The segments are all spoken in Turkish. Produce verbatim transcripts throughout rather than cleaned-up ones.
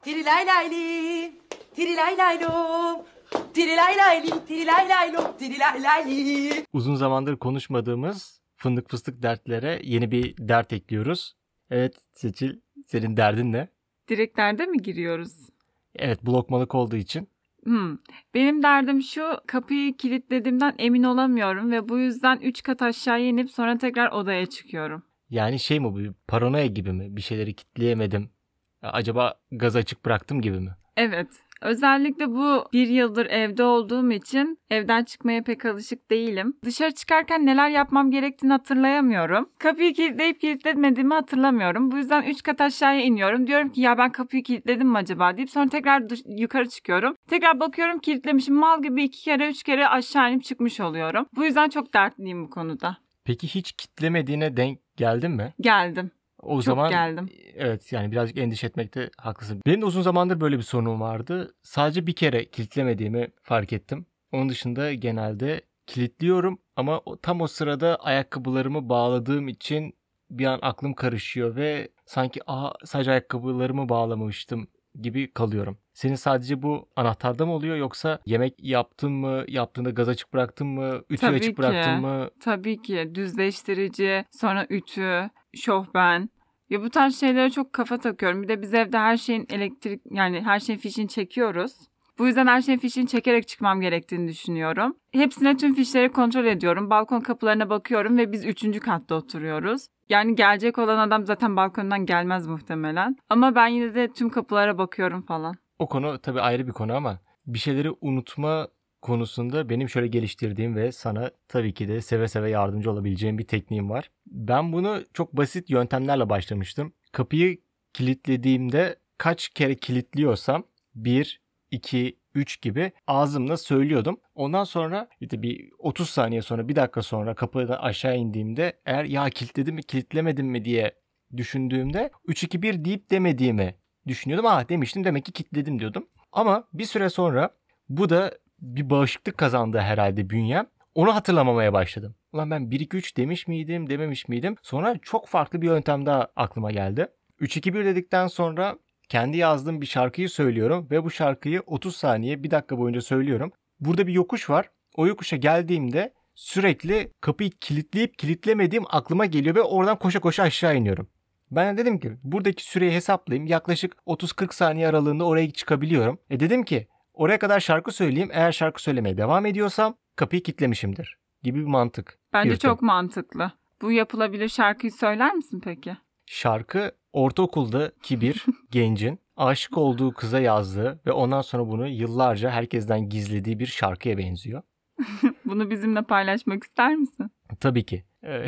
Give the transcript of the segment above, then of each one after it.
Tirilaylayli, tirilaylaylom, tirilaylayli, tirilaylaylom, tirilaylayli. Uzun zamandır konuşmadığımız fındık fıstık dertlere yeni bir dert ekliyoruz. Evet Seçil, senin derdin ne? Direkt derde mi giriyoruz? Evet, blokmalık olduğu için. Hmm. Benim derdim şu, kapıyı kilitlediğimden emin olamıyorum ve bu yüzden üç kat aşağıya inip sonra tekrar odaya çıkıyorum. Yani şey mi bu, paranoya gibi mi? Bir şeyleri kilitleyemedim. Acaba gaz açık bıraktım gibi mi? Evet. Özellikle bu bir yıldır evde olduğum için evden çıkmaya pek alışık değilim. Dışarı çıkarken neler yapmam gerektiğini hatırlayamıyorum. Kapıyı kilitleyip kilitlemediğimi hatırlamıyorum. Bu yüzden üç kat aşağıya iniyorum. Diyorum ki ya ben kapıyı kilitledim mi acaba deyip sonra tekrar dış- yukarı çıkıyorum. Tekrar bakıyorum kilitlemişim. Mal gibi iki kere üç kere aşağı inip çıkmış oluyorum. Bu yüzden çok dertliyim bu konuda. Peki hiç kilitlemediğine denk geldin mi? Geldim. O Çok zaman geldim. evet, yani birazcık endişe etmekte haklısın. Benim de uzun zamandır böyle bir sorunum vardı. Sadece bir kere kilitlemediğimi fark ettim. Onun dışında genelde kilitliyorum ama o- tam o sırada ayakkabılarımı bağladığım için bir an aklım karışıyor ve sanki aa sadece ayakkabılarımı bağlamamıştım gibi kalıyorum. Senin sadece bu anahtarda mı oluyor, yoksa yemek yaptın mı, yaptığında gaz açık bıraktın mı, ütüyü Tabii açık ki. bıraktın mı? Tabii ki düzleştirici, sonra ütü, şofben. Ya bu tarz şeylere çok kafa takıyorum. Bir de biz evde her şeyin elektrik, yani her şeyin fişini çekiyoruz. Bu yüzden her şeyin fişini çekerek çıkmam gerektiğini düşünüyorum. Hepsine tüm fişleri kontrol ediyorum. Balkon kapılarına bakıyorum ve biz üçüncü katta oturuyoruz. Yani gelecek olan adam zaten balkondan gelmez muhtemelen. Ama ben yine de tüm kapılara bakıyorum falan. O konu tabii ayrı bir konu ama bir şeyleri unutma konusunda benim şöyle geliştirdiğim ve sana tabii ki de seve seve yardımcı olabileceğim bir tekniğim var. Ben bunu çok basit yöntemlerle başlamıştım. Kapıyı kilitlediğimde kaç kere kilitliyorsam bir, iki, üç gibi ağzımla söylüyordum. Ondan sonra işte bir otuz saniye sonra, bir dakika sonra kapıdan aşağı indiğimde eğer ya kilitledim mi kilitlemedim mi diye düşündüğümde üç iki bir deyip demediğimi düşünüyordum. Ah demiştim, demek ki kilitledim diyordum. Ama bir süre sonra bu da bir bağışıklık kazandı herhalde bünyem. Onu hatırlamamaya başladım. Ulan ben bir iki üç demiş miydim, dememiş miydim? Sonra çok farklı bir yöntem daha aklıma geldi. üç iki bir dedikten sonra kendi yazdığım bir şarkıyı söylüyorum ve bu şarkıyı otuz saniye, bir dakika boyunca söylüyorum. Burada bir yokuş var. O yokuşa geldiğimde sürekli kapıyı kilitleyip kilitlemediğim aklıma geliyor ve oradan koşa koşa aşağı iniyorum. Ben de dedim ki buradaki süreyi hesaplayayım. Yaklaşık otuz kırk saniye aralığında oraya çıkabiliyorum. E dedim ki oraya kadar şarkı söyleyeyim. Eğer şarkı söylemeye devam ediyorsam kapıyı kilitlemişimdir gibi bir mantık. Bence yürüttüm. çok mantıklı. Bu yapılabilir şarkıyı söyler misin peki? Şarkı ortaokuldaki bir gencin aşık olduğu kıza yazdığı ve ondan sonra bunu yıllarca herkesten gizlediği bir şarkıya benziyor. Bunu bizimle paylaşmak ister misin? Tabii ki.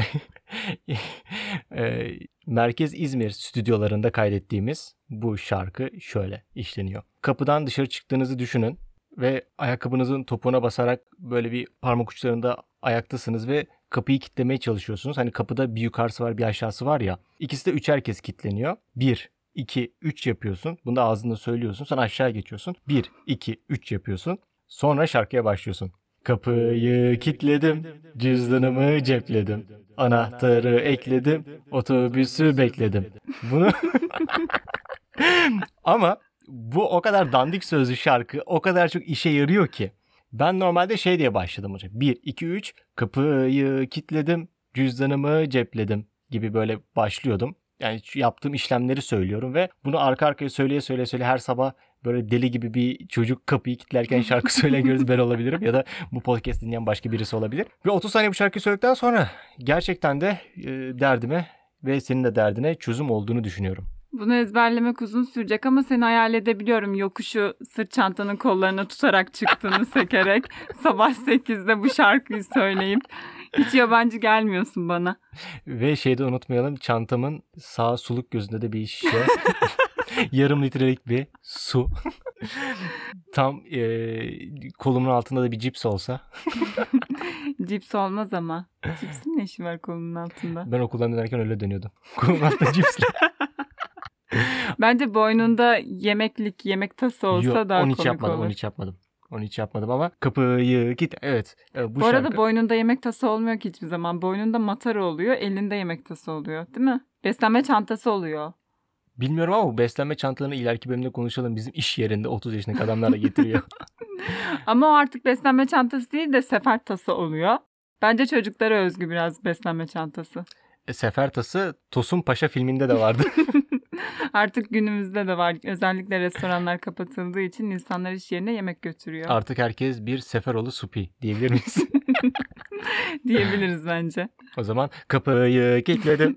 e, Merkez İzmir stüdyolarında kaydettiğimiz bu şarkı şöyle işleniyor. Kapıdan dışarı çıktığınızı düşünün ve ayakkabınızın topuğuna basarak böyle bir parmak uçlarında ayaktasınız ve kapıyı kilitlemeye çalışıyorsunuz. Hani kapıda bir yukarısı var, bir aşağısı var ya. İkisi de üçer kez kilitleniyor. Bir, iki, üç yapıyorsun. Bunu da ağzında söylüyorsun. Sonra aşağı geçiyorsun. Bir, iki, üç yapıyorsun. Sonra şarkıya başlıyorsun. Kapıyı kilitledim, cüzdanımı cepledim, anahtarı ekledim, otobüsü bekledim. Bunu ama bu o kadar dandik sözlü şarkı o kadar çok işe yarıyor ki. Ben normalde şey diye başladım hocam. bir, iki, üç, kapıyı kilitledim, cüzdanımı cepledim gibi böyle başlıyordum. Yani yaptığım işlemleri söylüyorum ve bunu arka arkaya söyleye söyleye söyleye her sabah böyle deli gibi bir çocuk kapıyı kilitlerken şarkı söyleyen görürüz, ben olabilirim ya da bu podcast dinleyen başka birisi olabilir. Ve otuz saniye bu şarkıyı söyledikten sonra gerçekten de e, derdime ve senin de derdine çözüm olduğunu düşünüyorum. Bunu ezberlemek uzun sürecek ama seni hayal edebiliyorum. Yokuşu sırt çantanın kollarına tutarak çıktığını sekerek sabah sekizde bu şarkıyı söyleyip hiç yabancı gelmiyorsun bana. Ve şeyi de unutmayalım, çantamın sağ suluk gözünde de bir şişe yarım litrelik bir su. Tam e, kolumun altında da bir cips olsa. Cips olmaz ama. Cipsin ne işi var kolunun altında? Ben okuldan dönerken öyle dönüyordum. Kolumun altında cipsle. Bence boynunda yemeklik, yemek tası olsa Yok, daha onu hiç komik yapmadım, olur. onu hiç yapmadım. Onu hiç yapmadım ama kapıyı git. Evet. evet bu, Bu arada şarkı... boynunda yemek tası olmuyor ki hiçbir zaman. Boynunda matara oluyor, elinde yemek tası oluyor, değil mi? Beslenme çantası oluyor. Bilmiyorum ama bu beslenme çantalarını ileriki bölümde konuşalım. Bizim iş yerinde otuz yaşındaki adamlarla getiriyor. Ama o artık beslenme çantası değil de sefer tası oluyor. Bence çocuklara özgü biraz beslenme çantası. E, sefer tası Tosun Paşa filminde de vardı. Artık günümüzde de var. Özellikle restoranlar kapatıldığı için insanlar iş yerine yemek götürüyor. Artık herkes bir Seferoğlu Supi diyebilir miyiz? Diyebiliriz bence. O zaman kapıyı kilitledim.